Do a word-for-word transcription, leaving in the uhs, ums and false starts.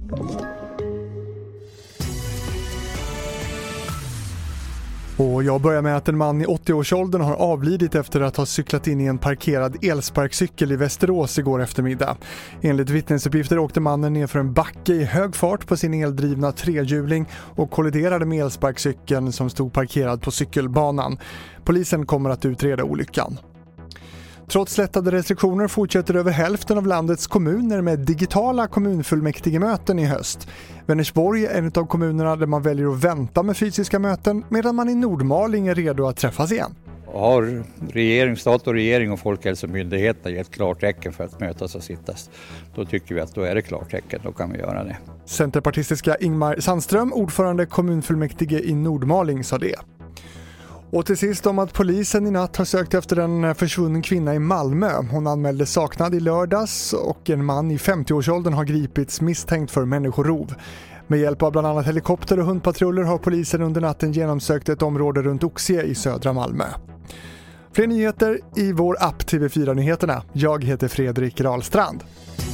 Och jag börjar med att en man i åttio-årsåldern har avlidit efter att ha cyklat in i en parkerad elsparkcykel i Västerås igår eftermiddag. Enligt vittnesuppgifter åkte mannen ner för en backe i hög fart på sin eldrivna trehjuling och kolliderade med elsparkcykeln som stod parkerad på cykelbanan. Polisen kommer att utreda olyckan. Trots lättade restriktioner fortsätter över hälften av landets kommuner med digitala kommunfullmäktigemöten i höst. Vänersborg är en av kommunerna där man väljer att vänta med fysiska möten medan man i Nordmaling är redo att träffas igen. Har regering, stat och regering och Folkhälsomyndigheten gett klartecken för att mötas och sittas, då tycker vi att då är det klartecken, då kan vi göra det. Centerpartistiska Ingmar Sandström, ordförande kommunfullmäktige i Nordmaling, sa det. Och till sist om att polisen i natt har sökt efter en försvunnen kvinna i Malmö. Hon anmäldes saknad i lördags och en man i femtio-årsåldern har gripits misstänkt för människorov. Med hjälp av bland annat helikopter och hundpatruller har polisen under natten genomsökt ett område runt Oxie i södra Malmö. Fler nyheter i vår app T V fyra Nyheterna. Jag heter Fredrik Rahlstrand.